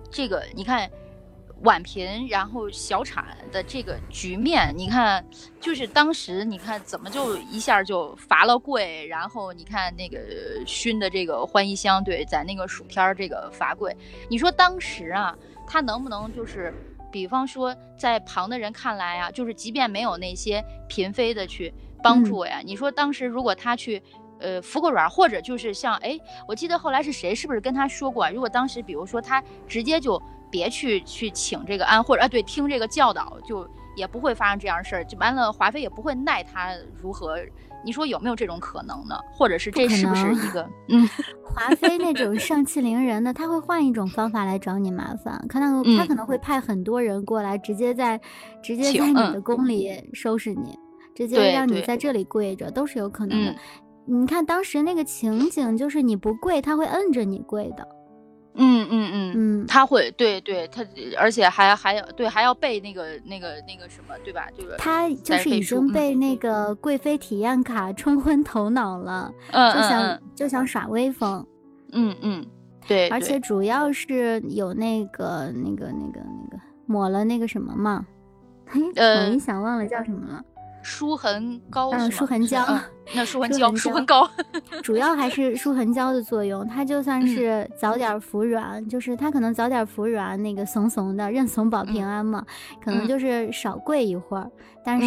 这个你看宛平然后小产的这个局面，你看就是当时你看怎么就一下就罚了跪，然后你看那个熏的这个欢宜香，对，在那个暑天这个罚跪，你说当时啊他能不能就是比方说在旁的人看来啊，就是即便没有那些嫔妃的去帮助呀，你说当时如果他去服个软，或者就是像我记得后来是谁是不是跟他说过，如果当时比如说他直接就别去请这个安，或者对听这个教导，就也不会发生这样的事儿，就完了华妃也不会奈他如何，你说有没有这种可能呢？或者是这是不是一个华妃那种盛气凌人的，他会换一种方法来找你麻烦，他可能会派很多人过来，直接在你的宫里收拾你，直接让你在这里跪着，都是有可能的。你看当时那个情景，就是你不跪，他会摁着你跪的。 他会对他，而且还要背那个什么，对吧？就是他就是已经被那个贵妃体验卡冲昏头脑了，就想耍威风。 对， 而且主要是有那个抹了那个什么嘛，我一想忘了叫什么了。 舒痕膏， 舒痕胶， 那舒痕膏， 主要还是舒痕胶的作用。它就算是早点服软，就是它可能早点服软，那个怂怂的认怂保平安嘛，可能就是少跪一会儿，但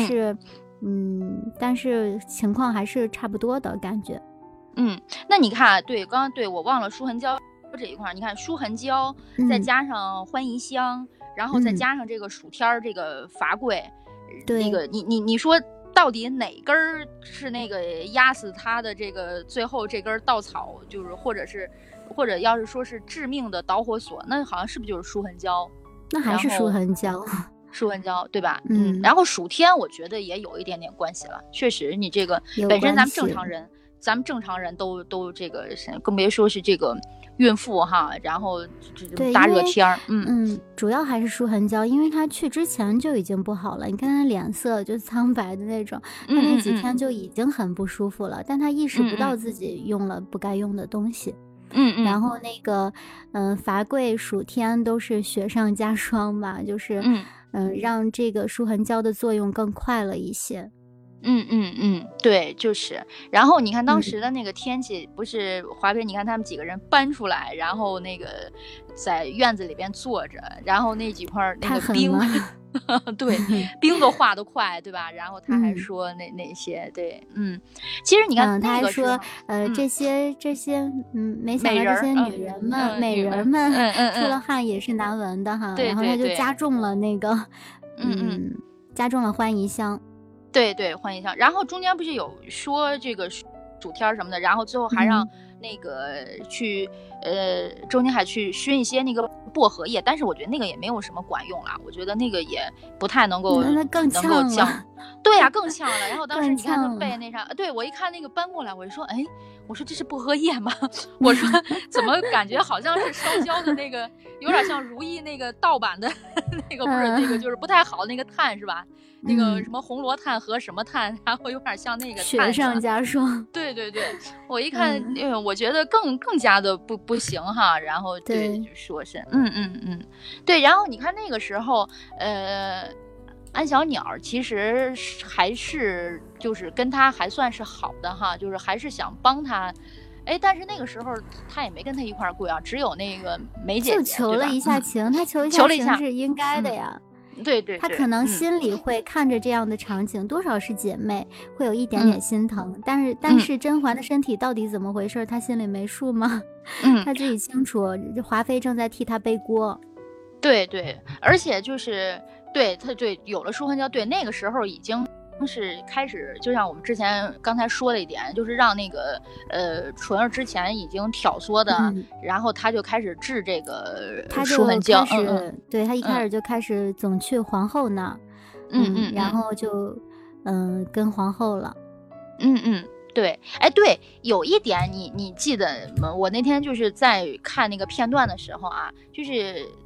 是情况还是差不多的感觉。 那你看，对，刚刚对我忘了舒痕胶这一块，你看舒痕胶再加上欢宜香，然后再加上这个暑天这个罚跪。那个你说到底哪根是那个压死他的这个最后这根稻草，就是或者要是说是致命的导火索，那好像是不是就是舒痕胶？ 那还是舒痕胶， 对吧？然后暑天我觉得也有一点点关系了，确实你这个本身咱们正常人都这个，更别说是这个孕妇哈，然后大热天儿， 主要还是舒痕胶，因为他去之前就已经不好了，你看他脸色就苍白的那种，他那几天就已经很不舒服了，但他意识不到自己用了不该用的东西，然后那个罚跪暑天都是雪上加霜吧，就是让这个舒痕胶的作用更快了一些。 对，就是。然后你看当时的那个天气，不是华妃，你看他们几个人搬出来，然后那个在院子里边坐着，然后那几块那个冰，对，冰都化得快，对吧？然后他还说那些，对，其实你看他还说，这些没想到这些女人们、美人们出了汗也是难闻的哈，然后他就加重了那个，加重了欢宜香。 对，欢宜香。然后中间不是有说这个暑天什么的，然后最后还让那个去周宁海去熏一些那个薄荷叶，但是我觉得那个也没有什么管用了，我觉得那个也不太能够降。对呀，更呛了。然后当时你看他背那啥，对，我一看那个搬过来，我就说，我说这是薄荷叶吗？我说怎么感觉好像是烧焦的那个，有点像如意那个盗版的那个，不是那个就是不太好的那个炭是吧？那个什么红罗炭和什么炭，然后有点像那个雪上加霜。 对，我一看，我觉得更加的不行哈。然后对，就说是对。然后你看那个时候，安小鸟其实还是就是跟他还算是好的哈，就是还是想帮他。但是那个时候他也没跟他一块跪啊，只有那个梅姐姐就求了一下情，他求一下情是应该的呀。 对， 他可能心里会看着这样的场景，多少是姐妹，会有一点点心疼。但是甄嬛的身体到底怎么回事，他心里没数吗？他自己清楚，华妃正在替他背锅。 对，而且就是对他有了舒痕胶，对那个时候已经是开始，就像我们之前刚才说的一点，就是让那个纯儿之前已经挑唆的，然后他就开始治这个舒痕胶， 对，他一开始就开始总去皇后那儿，然后就跟皇后了， 对，对，有一点你记得吗？我那天就是在看那个片段的时候啊，就是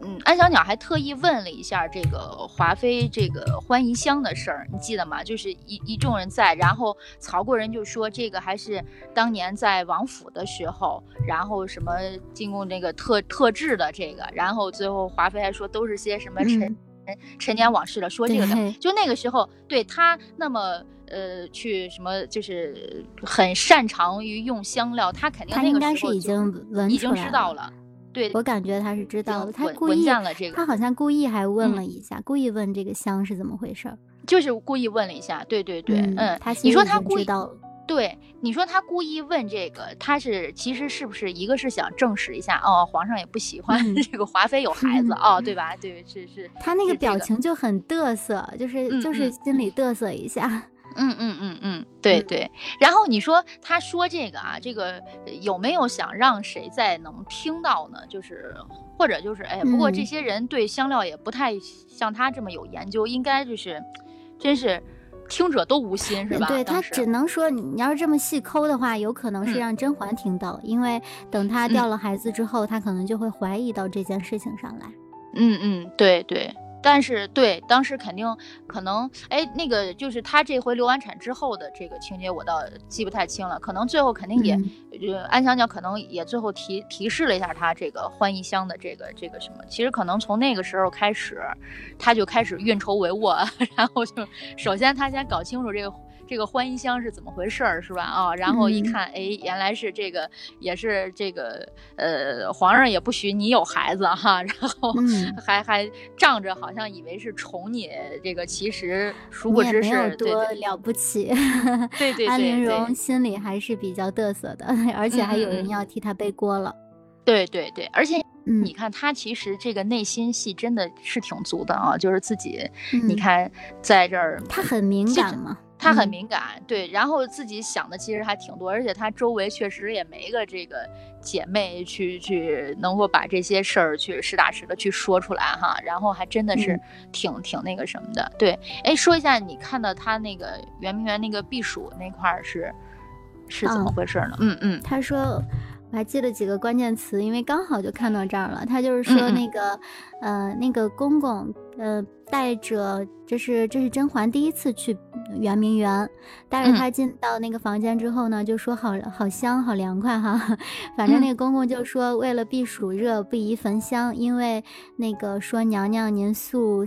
安小鸟还特意问了一下这个华妃这个欢宜香的事儿，你记得吗？就是一众人在，然后曹国人就说这个还是当年在王府的时候，然后什么进贡这个特制的这个，然后最后华妃还说都是些什么陈年往事了，说这个的，就那个时候对他那么去什么就是很擅长于用香料，他肯定那个时候已经知道了。对， 我感觉他是知道了，他故意了这个， 他好像故意还问了一下，故意问这个香是怎么回事， 就是故意问了一下，对， 他你说他故意知道， 对，你说他故意问这个，他是其实是不是一个是想证实一下皇上也不喜欢这个华妃有孩子对吧？对，是他那个表情就很嘚瑟，就是心里嘚瑟一下。 对。然后你说他说这个这个有没有想让谁再能听到呢？就是或者就是不过这些人对香料也不太像他这么有研究，应该就是真是听者都无心，是吧？ 对，他只能说你要是这么细抠的话，有可能是让甄嬛听到，因为等他掉了孩子之后，他可能就会怀疑到这件事情上来。 对。但是对，当时肯定可能那个就是他这回流完产之后的这个情节我倒记不太清了，可能最后肯定也安小鸟可能也最后提示了一下他这个欢宜香的这个什么，其实可能从那个时候开始他就开始运筹帷幄，然后就首先他先搞清楚这个欢宜香是怎么回事儿，是吧？然后一看，原来是这个，也是这个，皇上也不许你有孩子哈，然后还仗着好像以为是宠你，这个其实殊不知是没有多了不起。 对， 安陵容心里还是比较嘚瑟的，而且还有人要替他背锅了。 对，而且你看他其实这个内心戏真的是挺足的就是自己，你看在这儿， 他很敏感嘛。 他很敏感，对，然后自己想的其实还挺多，而且他周围确实也没个这个姐妹去能够把这些事儿去实打实的去说出来哈，然后还真的是挺那个什么的，对，说一下你看到他那个圆明园那个避暑那块是怎么回事呢？ 他说。我还记得几个关键词，因为刚好就看到这儿了。他就是说那个，那个公公，带着，这是甄嬛第一次去圆明园，带着他进到那个房间之后呢，就说好香，好凉快哈。反正那个公公就说，为了避暑热，不宜焚香，因为那个说娘娘您素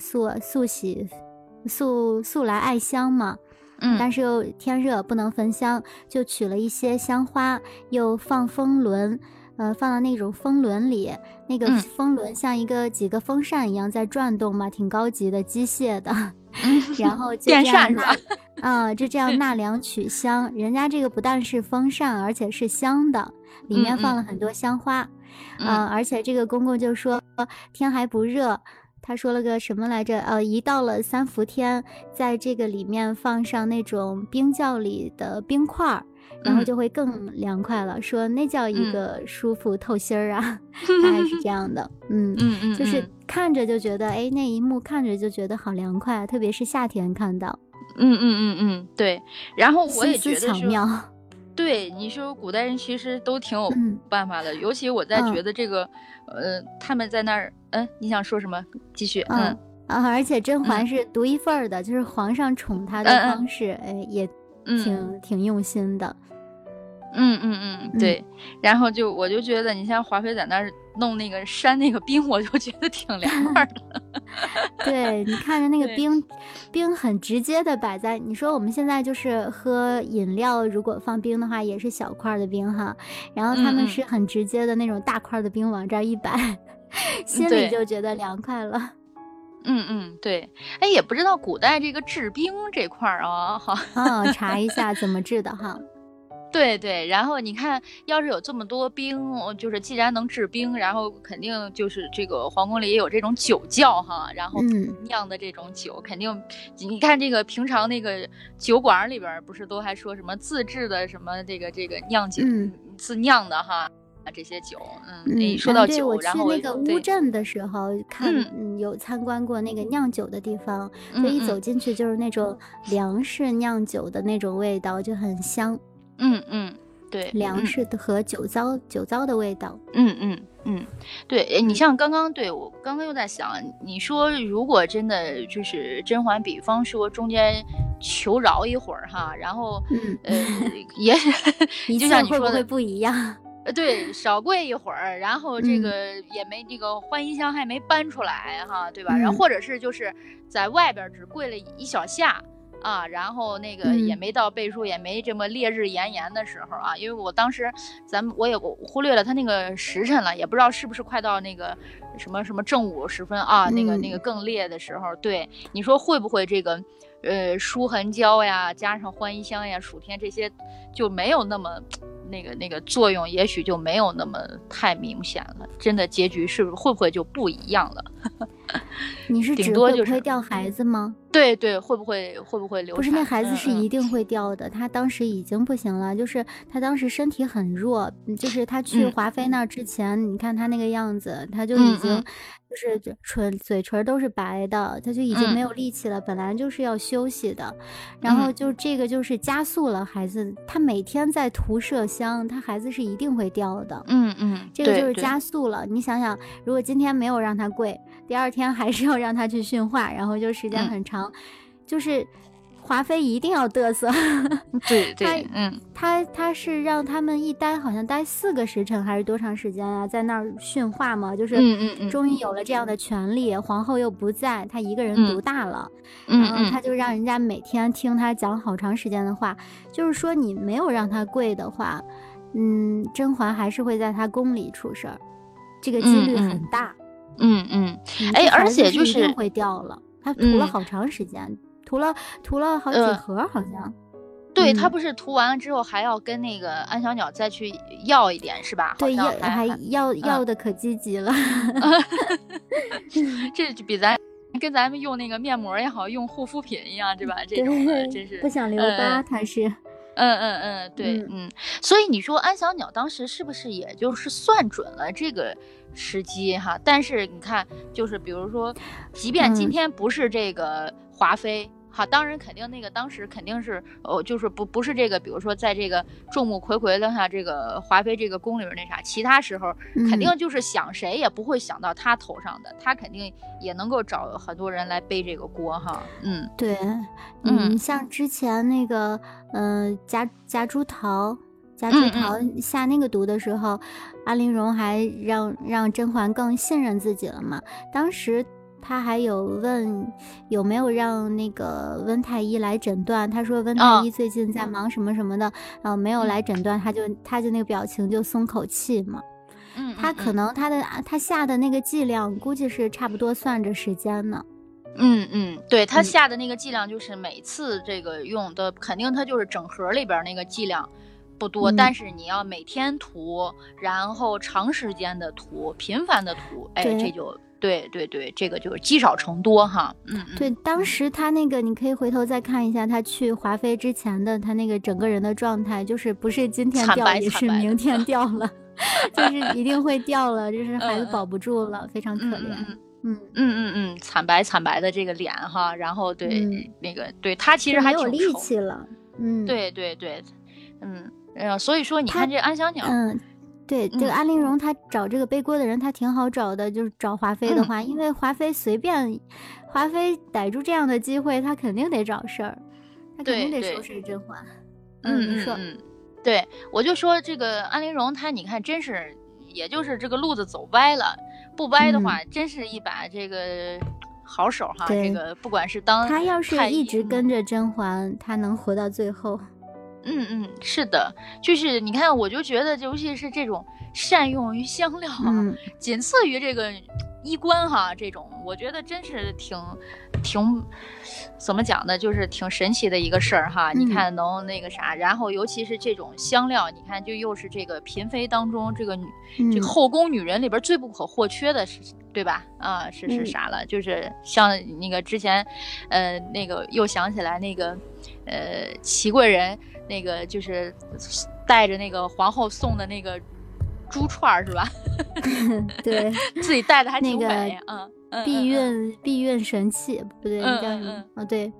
来爱香嘛。但是又天热不能焚香，就取了一些香花，又放风轮，放到那种风轮里，那个风轮像几个风扇一样在转动嘛，挺高级的，机械的。然后就这样就这样纳凉取香。人家这个不但是风扇，而且是香的，里面放了很多香花。而且这个公公就说天还不热。他说了个什么来着？一到了3伏天，在这个里面放上那种冰窖里的冰块，然后就会更凉快了。说那叫一个舒服透心儿啊，他还是这样的。就是看着就觉得，那一幕看着就觉得好凉快，特别是夏天看到。 对。然后我也觉得巧妙。 对，你说古代人其实都挺有办法的，尤其我在觉得这个，他们在那儿，你想说什么？继续， 而且甄嬛是独一份的，就是皇上宠她的方式，也挺用心的。 对。然后我就觉得，你像华妃在那儿弄那个扇那个冰，我就觉得挺凉快的。 对，你看着那个冰很直接的摆在，你说我们现在就是喝饮料，如果放冰的话也是小块的冰哈，然后他们是很直接的那种大块的冰往这儿一摆，心里就觉得凉快了。 对。也不知道古代这个制冰这块好。 查一下怎么制的哈。 对，然后你看，要是有这么多冰，就是既然能制冰，然后肯定就是这个皇宫里也有这种酒窖哈，然后酿的这种酒，肯定你看这个平常那个酒馆里边不是都还说什么自制的什么这个酿酒，自酿的哈。这些酒，说到酒， 然后我去那个乌镇的时候看，有参观过那个酿酒的地方，所以一走进去就是那种粮食酿酒的那种味道，就很香。 对， 粮食和酒糟的味道。 对，你像刚刚我刚刚又在想，你说如果真的就是甄嬛，比方说中间求饶一会儿哈，然后也就像你说的， 会不会不一样？ 对，少跪一会儿，然后这个也没这个欢宜香还没搬出来哈，对吧？然后或者是就是在外边只跪了一小下。啊，然后那个也没到背书，也没这么烈日炎炎的时候啊，因为我当时我也忽略了他那个时辰了，也不知道是不是快到那个什么正午时分啊，那个更烈的时候。对，你说会不会这个舒痕胶呀，加上欢宜香呀、暑天这些就没有那么那个作用，也许就没有那么太明显了。真的结局会不会就不一样了？ 你是指会不会掉孩子吗？ 对，会不会流产？ 不是，那孩子是一定会掉的。他当时已经不行了，就是他当时身体很弱，就是他去华妃那之前，你看他那个样子，他就已经就是嘴唇都是白的，他就已经没有力气了，本来就是要休息的。然后就这个就是加速了孩子，他每天在涂麝香，他孩子是一定会掉的。这个就是加速了。你想想，如果今天没有让他跪，第二天还是要让他去训话，然后就时间很长，就是华妃一定要嘚瑟。 对， 他是让他们一待好像待4个时辰还是多长时间啊，在那儿训话嘛，就是终于有了这样的权利，皇后又不在，他一个人独大了，然后他就让人家每天听他讲好长时间的话。就是说你没有让他跪的话，甄嬛还是会在他宫里出事儿，这个几率很大。 而且就是一定会掉了，他涂了好长时间，涂了好几盒好像。 对，他不是涂完了之后还要跟那个安小鸟再去要一点是吧？ 对，还要的可积极了。 这就比跟咱们用那个面膜也好，用护肤品一样，对吧？这种的真是不想留疤，他是。 对，所以你说安小鸟当时是不是也就是算准了这个时机哈？但是你看，就是比如说，即便今天不是这个华妃。好，当然肯定那个当时肯定是就是不是这个，比如说在这个众目睽睽的这个华妃这个宫里边那啥，其他时候肯定就是想谁也不会想到他头上的，他肯定也能够找很多人来背这个锅哈。 对，像之前那个夹竹桃下那个毒的时候，安陵容还让甄嬛更信任自己了嘛。当时他还有问有没有让那个温太医来诊断，他说温太医最近在忙什么什么的，没有来诊断，他就那个表情就松口气嘛。他可能他下的那个剂量估计是差不多算着时间呢。 对，他下的那个剂量就是每次这个用的，肯定他就是整盒里边那个剂量不多，但是你要每天涂，然后长时间的涂，频繁的涂，这就对，这个就是积少成多哈。 对，当时他那个你可以回头再看一下他去华妃之前的他那个整个人的状态，就是不是今天掉也是明天掉了，就是一定会掉了，就是孩子保不住了，非常可怜。 惨白的这个脸哈，然后对那个对他其实还挺没有力气了。 对，所以说你看这安小鸟， 对，这个安陵容她找这个背锅的人，她挺好找的，就是找华妃的话，因为华妃逮住这样的机会，她肯定得找事儿，她肯定得收拾甄嬛。你说， 对，我就说这个安陵容，她你看，真是也就是这个路子走歪了，不歪的话，真是一把这个好手哈。这个不管是当她要是一直跟着甄嬛，她能活到最后。 是的，就是你看，我就觉得，尤其是这种善用于香料，仅次于这个衣冠哈，这种我觉得真是挺怎么讲呢，就是挺神奇的一个事儿哈。你看能那个啥，然后尤其是这种香料，你看就又是这个嫔妃当中这个这个后宫女人里边最不可或缺的是，对吧？是啥了？就是像那个之前那个又想起来那个祺贵人那个就是带着那个皇后送的那个珠串是吧？ 对， 自己带的还挺美。 避孕神器不对，叫什么？对，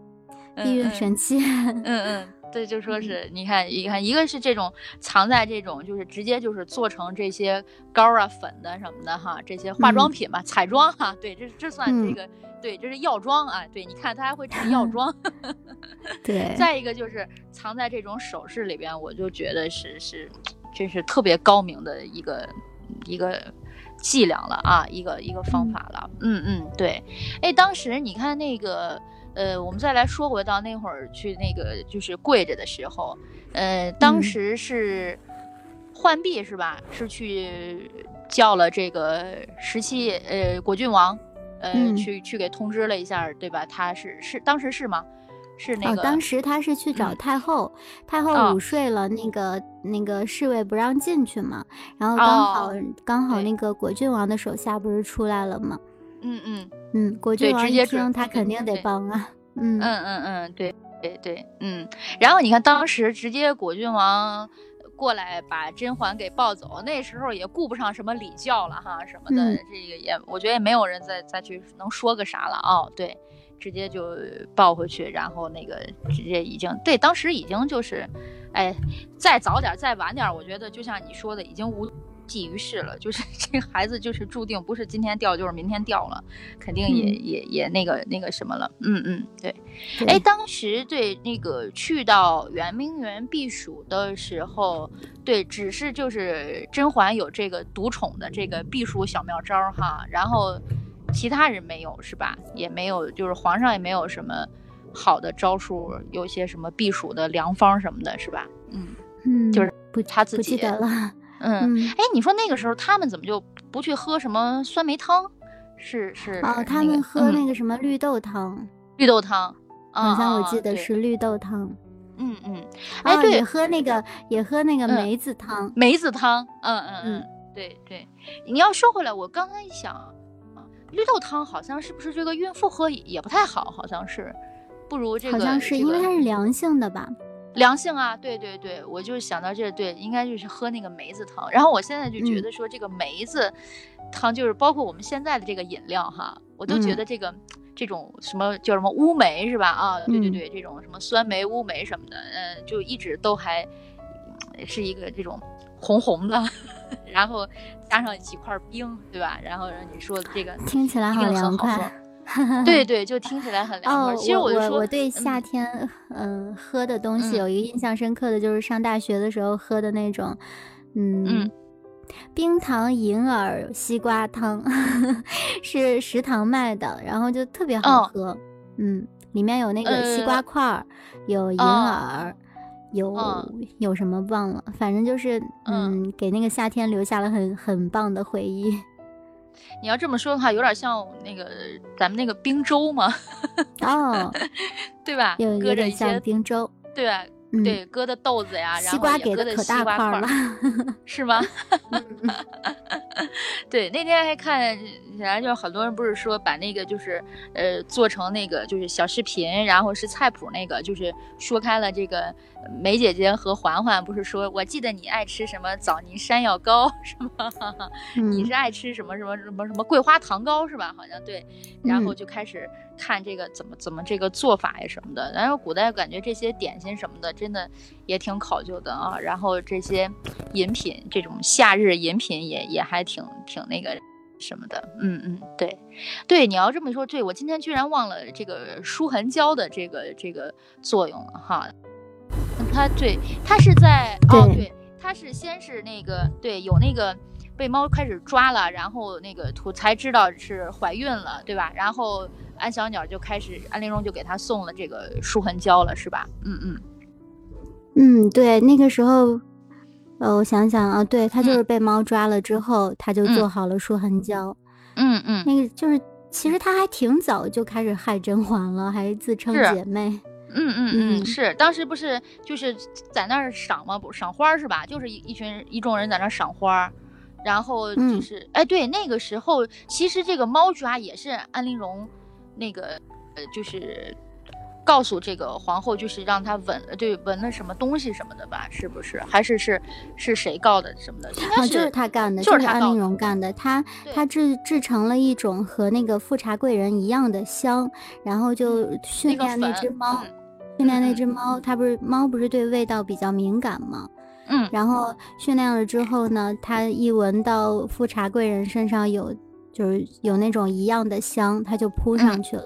避孕神器。 对，就说是你看，一个是这种藏在这种，就是直接就是做成这些膏啊、粉的什么的哈，这些化妆品吧、彩妆哈，对，这算这个，对，这是药妆啊，对，你看它还会制药妆， 对。 再一个就是藏在这种首饰里边，我就觉得这是特别高明的一个伎俩了啊，一个方法了，对，哎，当时你看那个。我们再来说回到那会儿去那个就是跪着的时候，当时是浣碧是吧？是去叫了这个17果郡王，去给通知了一下，对吧？他是当时是吗？是那个， 当时他是去找太后，太后午睡了，那个侍卫不让进去嘛，然后刚好那个果郡王的手下不是出来了吗？果郡王一听他肯定得帮啊。 对，然后你看当时直接果郡王过来把甄嬛给抱走，那时候也顾不上什么礼教了哈什么的，这个也我觉得也没有人再去能说个啥了对，直接就抱回去，然后那个直接已经对，当时已经就是再早点再晚点，我觉得就像你说的已经无济于事了，就是这个孩子就是注定不是今天掉就是明天掉了，肯定也那个什么了，对。哎，当时对那个去到圆明园避暑的时候，对，只是就是甄嬛有这个独宠的这个避暑小妙招哈，然后其他人没有是吧？也没有，就是皇上也没有什么好的招数，有些什么避暑的良方什么的是吧？就是他自己不记得了。 你说那个时候他们怎么就不去喝什么酸梅汤？是他们喝那个什么绿豆汤，好像我记得是绿豆汤。对，也喝那个梅子汤， 对。你要说回来，我刚才一想，绿豆汤好像是不是这个孕妇喝也不太好，好像是不如这个， 好像是因为它是凉性的吧。 凉性啊，对，我就想到这，对，应该就是喝那个梅子汤。然后我现在就觉得说这个梅子汤，就是包括我们现在的这个饮料哈，我都觉得这种什么叫什么乌梅是吧？对，这种什么酸梅、乌梅什么的，就一直都还是一个这种红红的，然后加上几块冰，对吧？然后你说这个听起来好凉快。 对，就听起来很凉快。其实我对夏天喝的东西有一个印象深刻的，就是上大学的时候喝的那种冰糖银耳西瓜汤，是食堂卖的，然后就特别好喝。里面有那个西瓜块，有银耳，有什么忘了，反正就是给那个夏天留下了很棒的回忆。 你要这么说的话，有点像那个咱们那个冰粥嘛，对吧？ 有点像冰粥， 对吧？对，搁的豆子呀，然后西瓜给的可大块了， 是吗？对，那天还看起来，就很多人不是说把那个就是做成那个就是小视频，然后是菜谱那个，就是说开了这个梅姐姐和嬛嬛不是说，我记得你爱吃什么枣泥山药糕是吗？你是爱吃什么桂花糖糕是吧？好像对，然后就开始看这个怎么这个做法呀什么的，然后古代感觉这些点心什么的真的也挺考究的啊，然后这些饮品这种夏日饮品也还挺那个什么的，对，你要这么说，对，我今天居然忘了这个舒痕胶的这个作用了哈，它是在对，它是先是那个对有那个被猫开始抓了，然后那个才知道是怀孕了，对吧？然后安小鸟就开始安陵容就给他送了这个舒痕胶了，是吧？ 对，那个时候我想想啊，对，他就是被猫抓了之后，他就做好了舒痕胶。那个就是其实他还挺早就开始害甄嬛了，还自称姐妹。 是当时不是就是在那儿赏吗？不赏花是吧？就是一众人在那儿赏花，然后就是对，那个时候其实这个猫抓也是安陵容那个就是告诉这个皇后，就是让她闻了什么东西什么的吧？是不是？还是谁告的什么的？应该就是他干的，就是安陵容干的。他制成了一种和那个富察贵人一样的香，然后就训练那只猫。 训练那只猫，它猫不是对味道比较敏感吗？然后训练了之后呢，它一闻到富察贵人身上就是有那种一样的香，它就扑上去了。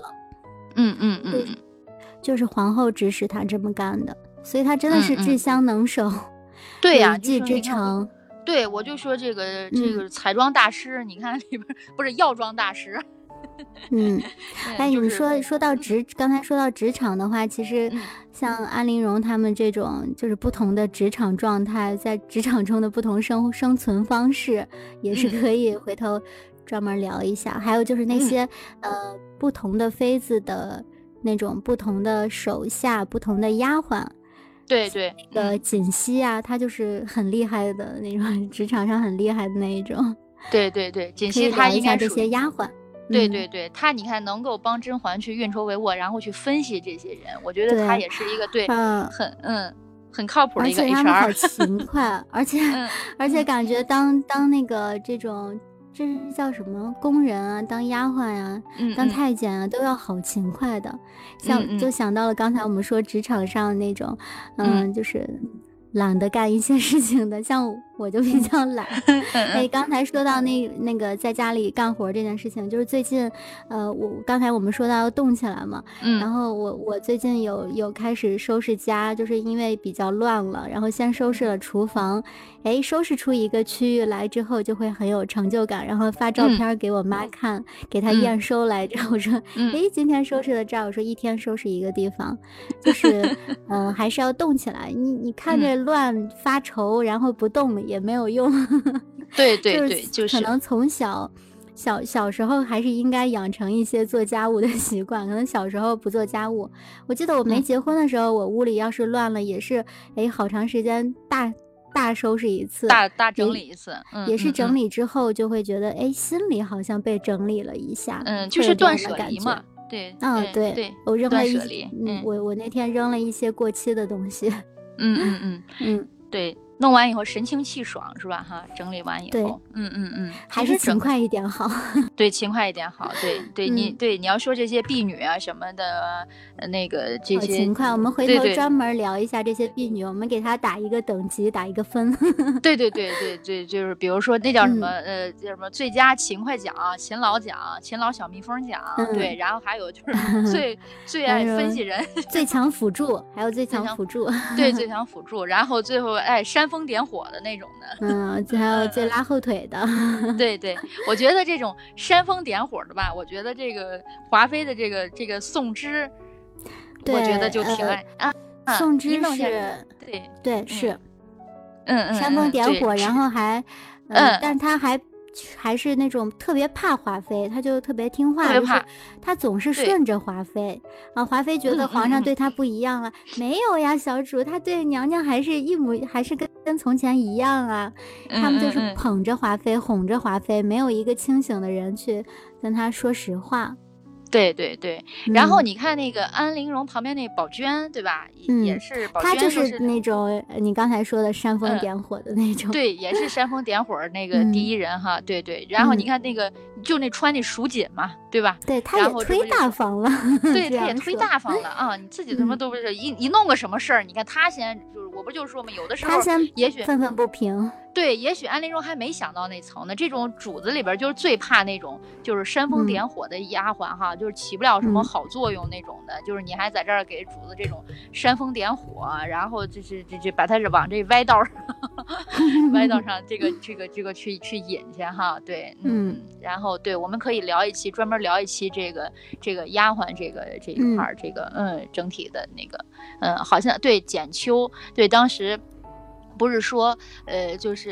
就是皇后指使他这么干的，所以他真的是至香能手。 对呀， 一技之长。 对，我就说这个彩妆大师，你看里边不是药妆大师。 哎，你说到刚才说到职场的话，其实像安陵容他们这种就是不同的职场状态，在职场中的不同生存方式，也是可以回头专门聊一下。还有就是那些不同的妃子的那种不同的手下、不同的丫鬟。 对， 锦溪啊，她就是很厉害的那种，职场上很厉害的那一种。 对，锦溪她应该这些丫鬟。 对，她你看能够帮甄嬛去运筹帷幄，然后去分析这些人，我觉得她也是一个很靠谱的一个 HR。而且他们好勤快，而且感觉当那个这种。这是叫什么工人啊，当丫鬟啊，当太监啊，都要好勤快的。就想到了刚才我们说职场上那种，就是懒得干一些事情的，像我就比较懒。刚才说到那个在家里干活这件事情，就是最近刚才我们说到要动起来嘛，然后我最近有开始收拾家，就是因为比较乱了，然后先收拾了厨房，收拾出一个区域来之后就会很有成就感，然后发照片给我妈看，给她验收来着。我说今天收拾的这儿，我说一天收拾一个地方，就是还是要动起来。你看着乱发愁，然后不动也没有用。 对， 就是可能从小时候还是应该养成一些做家务的习惯，可能小时候不做家务。我记得我没结婚的时候，我屋里要是乱了，也是好长时间大收拾一次， 大整理一次。 也是整理之后就会觉得心里好像被整理了一下。 就是断舍离嘛。对， 我扔了我那天扔了一些过期的东西。对， 弄完以后神清气爽是吧？哈，整理完以后， 还是勤快一点好。 对，勤快一点好。对，你要说这些婢女啊什么的，那个这些勤快，我们回头专门聊一下这些婢女，我们给她打一个等级，打一个分。 对，就是比如说那叫什么叫什么最佳勤快奖、勤劳奖、勤劳小蜜蜂奖，对，然后还有就是最爱分析人、 最强辅助，还有最强辅助， 对，最强辅助，然后最后煽风点火的那种的， 还有最拉后腿的。 对，我觉得这种煽风点火的吧，我觉得这个华妃的这个宋芝，我觉得就挺爱宋芝是，对是，煽风点火，然后还但他还是那种特别怕华妃，他就特别听话，就是他总是顺着华妃啊。华妃觉得皇上对他不一样了，没有呀，小主，他对娘娘还是还是跟从前一样啊。他们就是捧着华妃，哄着华妃，没有一个清醒的人去跟他说实话。 对，然后你看那个安陵容旁边那宝娟，对吧？也是宝娟， 她就是那种你刚才说的煽风点火的那种。 对，也是煽风点火那个第一人哈。对，然后你看那个就那穿那蜀锦嘛，对吧？ 对，她也忒大方了。 对，她也忒大方了啊！你自己什么都不是，一弄个什么事儿，你看她先就是我不就说嘛，有的时候她先也许愤愤不平。 对，也许安陵容还没想到那层呢。这种主子里边就是最怕那种就是煽风点火的丫鬟哈，就是起不了什么好作用那种的。就是你还在这儿给主子这种煽风点火，然后这把他往这歪道上这个去引去哈。对，然后对，我们可以专门聊一期这个丫鬟这一块这个整体的那个好像对简秋，对当时。不是说就是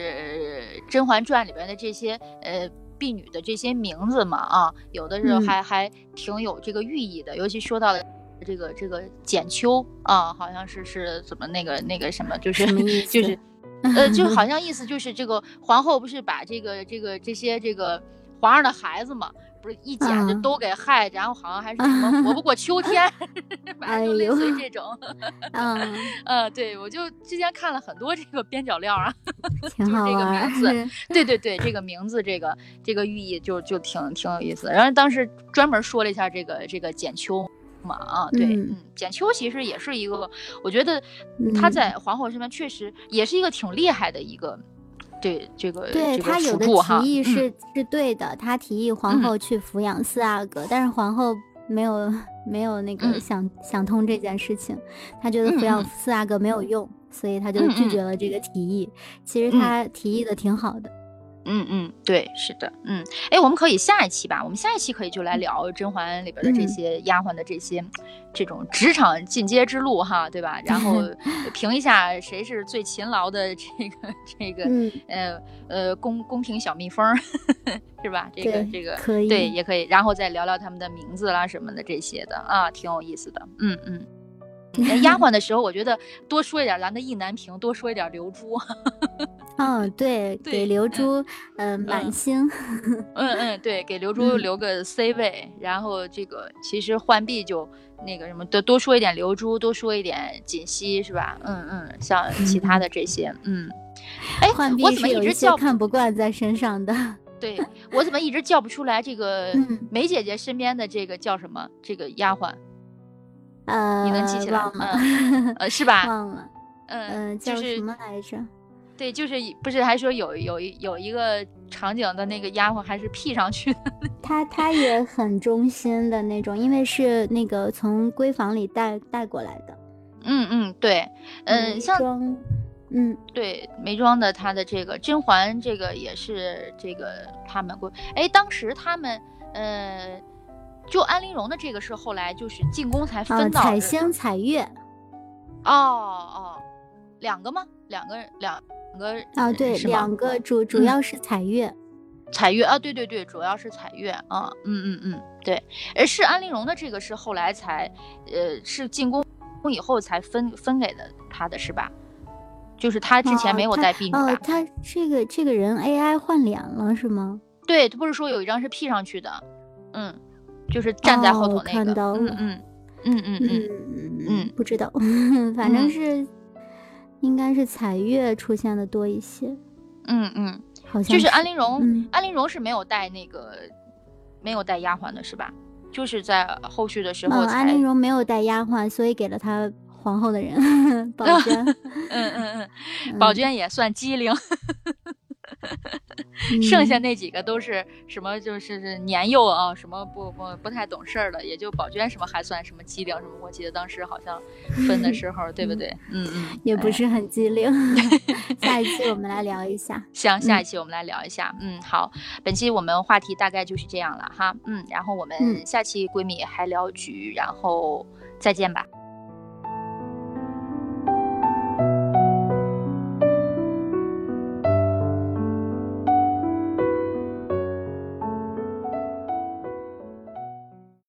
《甄嬛传》里边的这些婢女的这些名字嘛啊，有的时候还挺有这个寓意的，尤其说到了这个简秋啊，好像是怎么那个什么，就是就好像意思就是这个皇后不是把这些皇上的孩子嘛。不是一捡就都给害，然后好像还是什么活不过秋天，反正就类似于这种。对，我就之前看了很多这个边角料啊， 挺好玩。 就是这个名字，对，这个名字这个寓意就挺有意思的。然后当时专门说了一下这个简秋， 嘛啊，对，简秋其实也是一个，我觉得他在皇后身边确实也是一个挺厉害的一个。对对他有的提议是对的，他提议皇后去抚养四阿哥，但是皇后没有那个想通这件事情，他觉得抚养四阿哥没有用，所以他就拒绝了这个提议。其实他提议的挺好的。 对，是的，我们可以下一期吧，我们下一期可以就来聊甄嬛里边的这些丫鬟的这种职场进阶之路哈，对吧？然后评一下谁是最勤劳的这个宫廷小蜜蜂是吧？这个可以， 对，也可以，然后再聊聊他们的名字啦什么的这些的啊，挺有意思的。丫鬟的时候，我觉得多说一点咱的意难平，多说一点刘珠。 对，给刘珠满星。 对，给刘珠留个 C 位，然后这个其实浣碧就那个什么多说一点刘珠，多说一点锦汐，是吧？像其他的这些， 浣碧是有一些看不惯在身上的。 对，我怎么一直叫不出来这个梅姐姐身边的这个叫什么这个丫鬟？你能记起来吗？是吧？ 忘了。叫什么来着？ 对，就是不是还说有一个场景的那个丫鬟还是 P 上去的？ 她也很忠心的那种，因为是那个从闺房里带过来的。 对， 像对眉庄的她的这个甄嬛，这个也是这个他们当时他们就安陵容的这个是后来就是进宫才分到彩星彩月。 两个吗？两个对，两个主要是彩月。 彩月对，主要是彩月啊。对，是安陵容的这个是后来才是进宫以后才分给的他的是吧？就是他之前没有带婢女吧？ 他这个人 AI 换脸了是吗？ 对，他不是说有一张是 P 上去的，就是站在后头那个。 看到了。不知道，反正是应该是彩月出现的多一些。好像就是安陵容，安陵容是没有带丫鬟的是吧？就是在后续的时候才。 安陵容没有带丫鬟，所以给了她皇后的人宝娟。 宝娟也算机灵。剩下那几个都是什么就是年幼啊，什么不太懂事的，也就宝娟什么还算什么机灵什么，我记得当时好像分的时候对不对？ 也不是很机灵。下一期我们来聊一下。 行，下一期我们来聊一下。好，本期我们话题大概就是这样了哈。然后我们下期闺蜜还聊局，然后再见吧。